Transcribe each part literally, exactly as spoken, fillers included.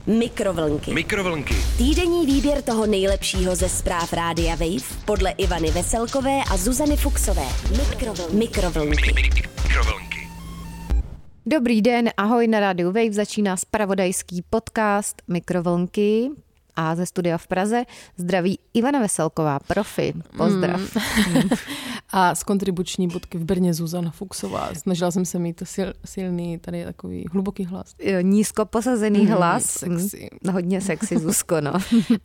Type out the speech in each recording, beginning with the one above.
Mikrovlnky. Mikrovlnky. Týdenní výběr toho nejlepšího ze zpráv Rádia Wave podle Ivany Veselkové a Zuzany Fuxové. Mikrovlnky. Mikrovlnky. Mikrovlnky. Dobrý den, ahoj, na Rádiu Wave začíná zpravodajský podcast Mikrovlnky a ze studia v Praze zdraví Ivana Veselková, profi, pozdrav. Mm. A z kontribuční budky v Brně Zuzana Fuxová. Snažila jsem se mít sil, silný, tady takový hluboký hlas. Nízko posazený mm, hlas. Sexy. Mm, hodně sexy, Zuzko, no.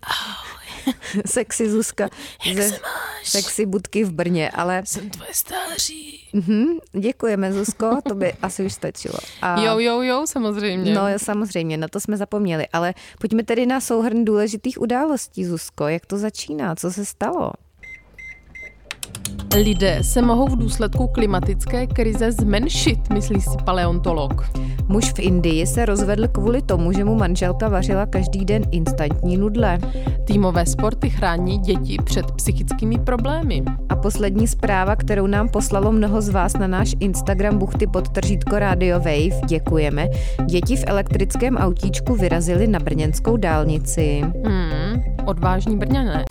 Sexy Zuzka ze sexy budky v Brně, ale... Jsem tvoje stáří. Mhm, děkujeme, Zuzko, to by asi už stačilo. A... Jo, jo, jo, samozřejmě. No samozřejmě, na to jsme zapomněli, ale pojďme tedy na souhrn důležitých událostí, Zuzko. Jak to začíná? Co se stalo? Lidé se mohou v důsledku klimatické krize zmenšit, myslí si paleontolog. Muž v Indii se rozvedl kvůli tomu, že mu manželka vařila každý den instantní nudle. Týmové sporty chrání děti před psychickými problémy. A poslední zpráva, kterou nám poslalo mnoho z vás na náš Instagram buchty podtržítko Radio Wave, děkujeme. Děti v elektrickém autíčku vyrazily na brněnskou dálnici. Hmm, odvážní Brňané.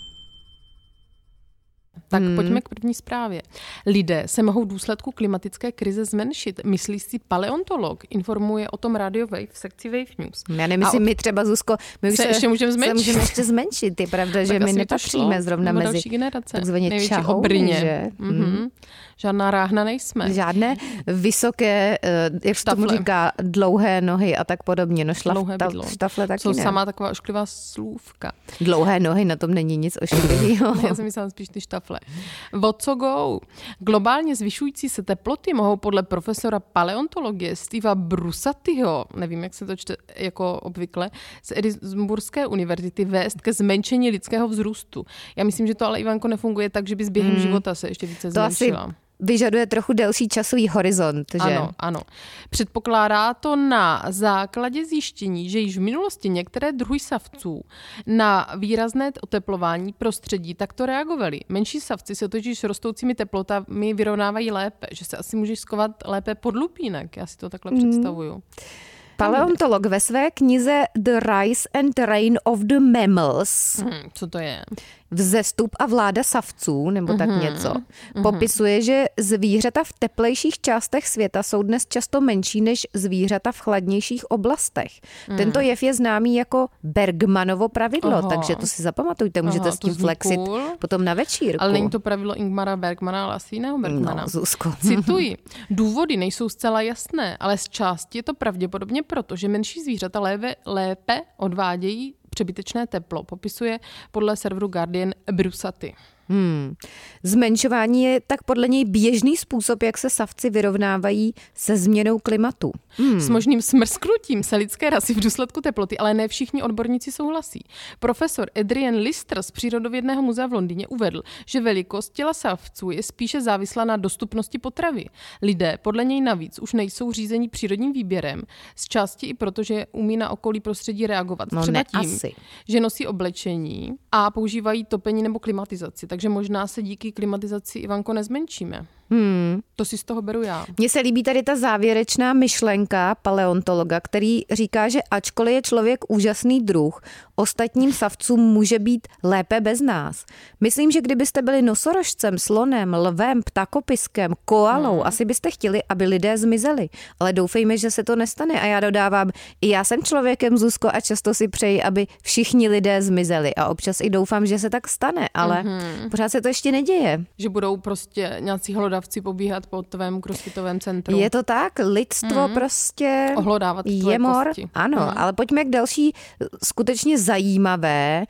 Tak hmm. pojďme k první zprávě. Lidé se mohou v důsledku klimatické krize zmenšit, myslí si paleontolog, informuje o tom Radio Wave v sekci Wave News. Já nemyslím, od... my třeba, Zuzko, my už se, se ještě můžeme zmenšit. Se můžeme ještě zmenšit, je pravda, že my nepatříme zrovna mezi další generace. Takzvaně čahouny, že? Mm-hmm. Žádná ráhna nejsme. Žádné vysoké, jak se tomu říká, dlouhé nohy a tak podobně. No šlaf, ta, štafle taky Jsou ne. samá taková ošklivá slůvka. Dlouhé nohy, na tom není nic ošklivého. Já jsem myslela spíš ty štafle. O co go? Globálně zvyšující se teploty mohou podle profesora paleontologie Steva Brusatyho, nevím, jak se to čte jako obvykle, z Edinburghské univerzity vést ke zmenšení lidského vzrůstu. Já myslím, že to ale, Ivanko, nefunguje tak, že by s během hmm. života se ještě více zmenšila. Asi vyžaduje trochu delší časový horizont, že? Ano, ano. Předpokládá to na základě zjištění, že již v minulosti některé druhy savců na výrazné oteplování prostředí takto reagovaly. Menší savci se totiž s rostoucími teplotami vyrovnávají lépe, že se asi můžeš skovat lépe pod lupínek. Já si to takhle mm. představuju. Paleontolog ve své knize The Rise and Reign of the Mammals, hmm, co to je? Vzestup a vláda savců, nebo tak mm-hmm. něco, popisuje, že zvířata v teplejších částech světa jsou dnes často menší než zvířata v chladnějších oblastech. Mm. Tento jev je známý jako Bergmanovo pravidlo, Aha. takže to si zapamatujte, můžete Aha, s tím flexit cool. potom na večírku. Ale není to pravidlo Ingmara Bergmana, ale asi jiného Bergmana. No, Zuzko. Cituji. Důvody nejsou zcela jasné, ale z části je to pravděpodobně proto, že menší zvířata lépe, lépe odvádějí přebytečné teplo, popisuje podle serveru Guardian Brusaty. Hmm. Zmenšování je tak podle něj běžný způsob, jak se savci vyrovnávají se změnou klimatu. Hmm. S možným smrsknutím se lidské rasy v důsledku teploty, ale ne všichni odborníci souhlasí. Profesor Adrian Lister z Přírodovědného muzea v Londýně uvedl, že velikost těla savců je spíše závislá na dostupnosti potravy. Lidé podle něj navíc už nejsou řízení přírodním výběrem, z části i proto, že umí na okolí prostředí reagovat. No, Třeba ne, tím, asi. že nosí oblečení a používají topení nebo klimatizaci. Takže možná se díky klimatizaci, Ivanko, nezmenšíme. Hmm. To si z toho beru já. Mně se líbí tady ta závěrečná myšlenka paleontologa, který říká, že ačkoliv je člověk úžasný druh, ostatním savcům může být lépe bez nás. Myslím, že kdybyste byli nosorožcem, slonem, lvem, ptakopiskem, koalou, hmm. asi byste chtěli, aby lidé zmizeli. Ale doufejme, že se to nestane. A já dodávám, i já jsem člověkem, Zuzko, a často si přeji, aby všichni lidé zmizeli. A občas i doufám, že se tak stane, ale hmm. pořád se to ještě neděje. Že budou prostě nějací hlodavci pobíhat po tvém crossfitovém centru. Je to tak, lidstvo mm. prostě ohlodávat je mor. Kosti. Ano, mm. ale pojďme k další skutečně zajímavé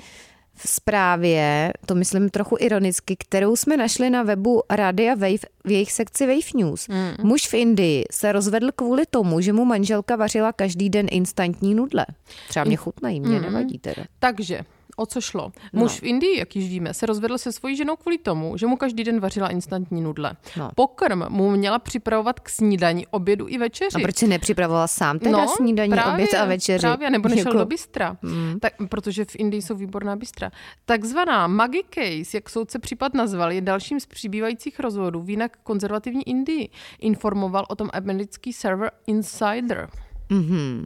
zprávě, to myslím trochu ironicky, kterou jsme našli na webu Radia Wave v jejich sekci Wave News. Mm. Muž v Indii se rozvedl kvůli tomu, že mu manželka vařila každý den instantní nudle. Třeba mě chutnají, mě mm. nevadí teda. Takže o co šlo? Muž no. v Indii, jak již víme, se rozvedl se svojí ženou kvůli tomu, že mu každý den vařila instantní nudle. No. Pokrm mu měla připravovat k snídani, obědu i večeři. A proč si nepřipravovala sám teda no, snídaní, právě, oběd a večeři? Právě, nebo nešel jako... do bystra. Mm. Tak, protože v Indii jsou výborná bystra. Takzvaná Maggie Case, jak soudce případ nazval, je dalším z přibývajících rozvodů v jinak konzervativní Indii. Informoval o tom americký server Insider. Mhm.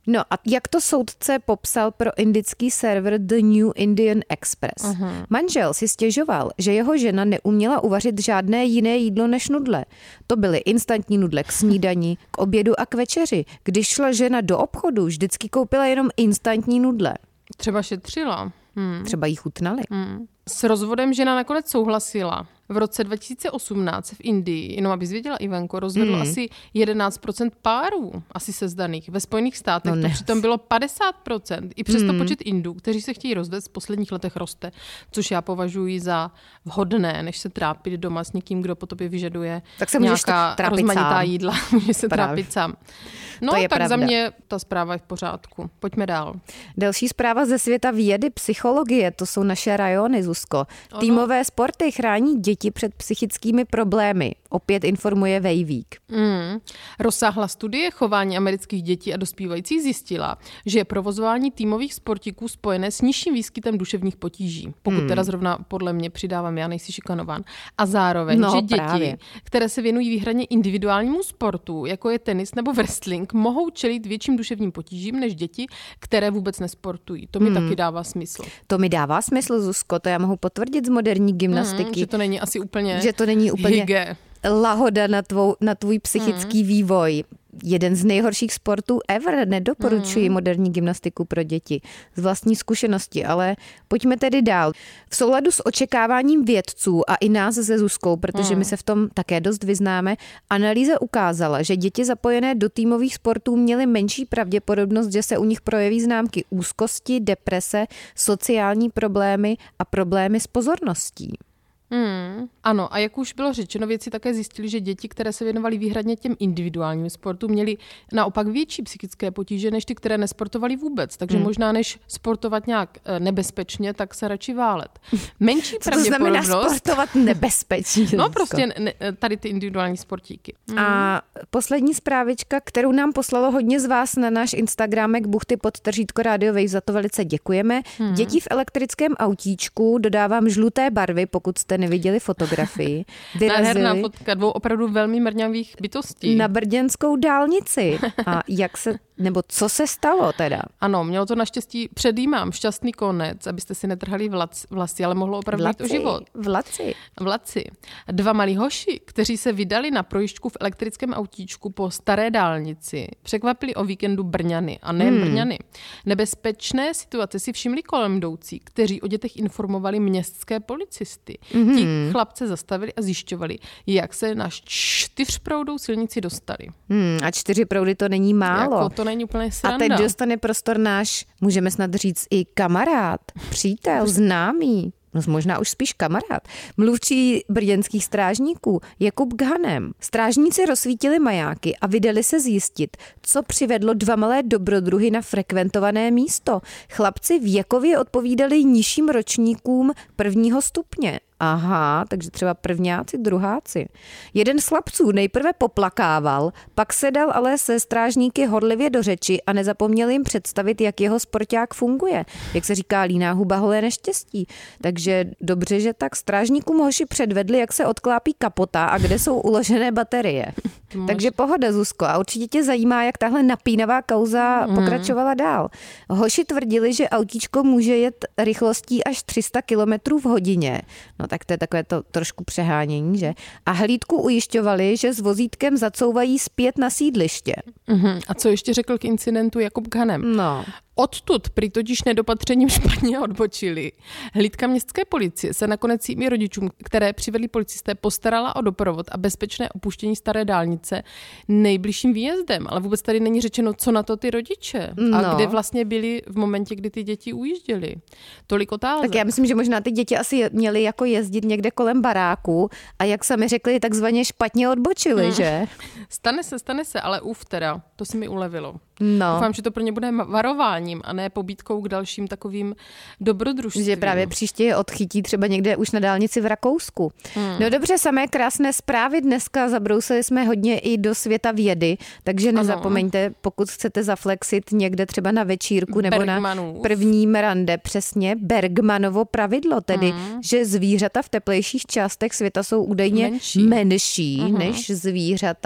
No a jak to soudce popsal pro indický server The New Indian Express? Uh-huh. Manžel si stěžoval, že jeho žena neuměla uvařit žádné jiné jídlo než nudle. To byly instantní nudle k snídani, k obědu a k večeři. Když šla žena do obchodu, vždycky koupila jenom instantní nudle. Třeba šetřila. Hmm. Třeba jí chutnaly. Hmm. S rozvodem žena nakonec souhlasila. V roce dva tisíce osmnáct v Indii, jenom aby zvěděla Ivanko, rozvedlo mm. asi jedenáct procent párů, asi sezdaných. Ve Spojených státech no to přitom bylo padesát procent. I přesto mm. počet Indů, kteří se chtějí rozvést, v posledních letech roste. Což já považuji za vhodné, než se trápit doma s někým, kdo po tobě vyžaduje tak se nějaká rozmanitá sám. jídla. Může se Právě. trápit sám. No tak pravda. Za mě ta zpráva je v pořádku. Pojďme dál. Další zpráva ze světa vědy, psychologie, to jsou naše rajony, Zuzko. Týmové sporty chrání děti před psychickými problémy. Opět informuje Vejvík. Mm. Rozsáhlá studie chování amerických dětí a dospívajících zjistila, že je provozování týmových sportíků spojené s nižším výskytem duševních potíží. Pokud mm. teda zrovna podle mě přidávám, já nejsi šikanován. A zároveň, no, že děti, právě. které se věnují výhradně individuálnímu sportu, jako je tenis nebo wrestling, mohou čelit větším duševním potížím než děti, které vůbec nesportují. To mi mm. taky dává smysl. To mi dává smysl, Zuzko, to já mohu potvrdit z moderní gymnastiky. Mm, že to není asi úplně že to není úplně hygge. lahoda na, tvou, na tvůj psychický hmm. vývoj. Jeden z nejhorších sportů ever. Nedoporučuji hmm. moderní gymnastiku pro děti z vlastní zkušenosti, ale pojďme tedy dál. V souladu s očekáváním vědců a i nás se Zuzkou, protože hmm. my se v tom také dost vyznáme, analýza ukázala, že děti zapojené do týmových sportů měly menší pravděpodobnost, že se u nich projeví známky úzkosti, deprese, sociální problémy a problémy s pozorností. Hmm, ano, a jak už bylo řečeno, vědci také zjistili, že děti, které se věnovaly výhradně těm individuálním sportům, měly naopak větší psychické potíže než ty, které nesportovaly vůbec. Takže hmm. možná než sportovat nějak nebezpečně, tak se radši válet. Menší Co pravděpodobnost. To znamená sportovat nebezpečně? No prostě ne, tady ty individuální sportíky. Hmm. A poslední zprávička, kterou nám poslalo hodně z vás na náš Instagramek buchty podtržítko Radio Wave, za to velice děkujeme. Hmm. Děti v elektrickém autíčku, dodávám žluté barvy, pokud jste neviděli fotografii. Nádherná fotka dvou opravdu velmi mrňavých bytostí. Na brděnskou dálnici. A jak se, nebo co se stalo teda? Ano, mělo to naštěstí, předjímám, šťastný konec, abyste si netrhali vlac, vlasy, ale mohlo opravdu jít o život. Vlaci. Vlaci. Dva malí hoši, kteří se vydali na projížďku v elektrickém autíčku po staré dálnici, překvapili o víkendu Brňany a nejen hmm. Brňany. Nebezpečné situace si všimli kolem jdoucí, kteří o dětech informovali městské policisty. Mm-hmm. Ti chlapce zastavili a zjišťovali, jak se na čtyřproudou silnici dostali. Hmm, a čtyři proudy to není málo. Jako to není úplně sranda. A teď dostane prostor náš, můžeme snad říct i kamarád, přítel, známý. No možná už spíš kamarád. Mluvčí brděnských strážníků Jakub Ghanem. Strážníci rozsvítili majáky a vydali se zjistit, co přivedlo dva malé dobrodruhy na frekventované místo. Chlapci věkově odpovídali nižším ročníkům prvního stupně. Aha, takže třeba prvňáci, druháci. Jeden z chlapců nejprve poplakával, pak se dal ale se strážníky horlivě do řeči a nezapomněl jim představit, jak jeho sporták funguje. Jak se říká, líná huba holé neštěstí. Takže dobře, že tak strážníkům hoši předvedli, jak se odklápí kapota a kde jsou uložené baterie. Takže pohoda, Zuzko. A určitě tě zajímá, jak tahle napínavá kauza mm. pokračovala dál. Hoši tvrdili, že autíčko může jet rychlostí až tři sta kilometrů v hodině. No tak to je takové to trošku přehánění, že? A hlídku ujišťovali, že s vozítkem zacouvají zpět na sídliště. Mm-hmm. A co ještě řekl k incidentu Jakub Ghanem? No. Odtud prý totiž nedopatřením špatně odbočili. Hlídka městské policie se nakonec svými rodičům, které přivedli policisté, postarala o doprovod a bezpečné opuštění staré dálnice nejbližším výjezdem. Ale vůbec tady není řečeno, co na to ty rodiče. A no. kde vlastně byli v momentě, kdy ty děti ujížděly. Tolik otázek. Tak já myslím, že možná ty děti asi měly jako jezdit někde kolem baráku a jak sami řekli, takzvaně špatně odbočili, hmm. že? Stane se, stane se, ale uf teda, to si mi ulevilo. No. Doufám, že to pro ně bude varováním a ne pobídkou k dalším takovým dobrodružstvím. Že právě příště je odchytí třeba někde už na dálnici v Rakousku. Hmm. No dobře, samé krásné zprávy dneska, zabrousili jsme hodně i do světa vědy, takže nezapomeňte, ano. pokud chcete zaflexit někde třeba na večírku nebo Bergmanův. Na prvním rande, přesně Bergmanovo pravidlo, tedy, hmm. že zvířata v teplejších částech světa jsou údajně menší, menší uh-huh. než zvířata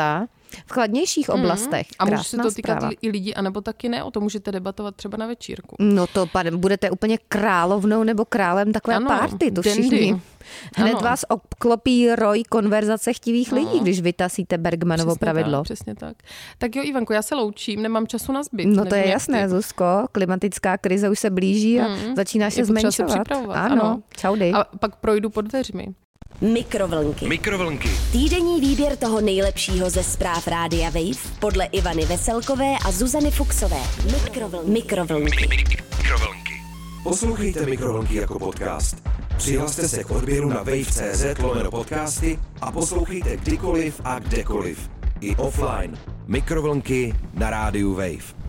v chladnějších oblastech. Mm. A může se to týkat zpráva. i lidí, anebo taky ne, o tom můžete debatovat třeba na večírku. No to budete úplně královnou nebo králem takové ano, párty, to dandy. Všichni. Hned ano. vás obklopí roj konverzace chtivých no. lidí, když vytasíte Bergmanovo přesně pravidlo. Tak, přesně tak. Tak jo, Ivanko, já se loučím, nemám času na zbyt. No to je jasné, ty. Zuzko, klimatická krize už se blíží a mm. začíná se zmenšovat. Ano, ano. Čaudy. A pak projdu pod dveřmi. Mikrovlnky. Mikrovlnky. Týdenní výběr toho nejlepšího ze zpráv Rádia Wave podle Ivany Veselkové a Zuzany Fuxové. Mikrovlnky. Mikrovlnky. Mikrovlnky. Poslouchejte Mikrovlnky jako podcast. Přihlaste se k odběru na wave tečka cé zet lomeno podcasty a poslouchejte kdykoliv a kdekoliv. I offline. Mikrovlnky na rádiu Wave.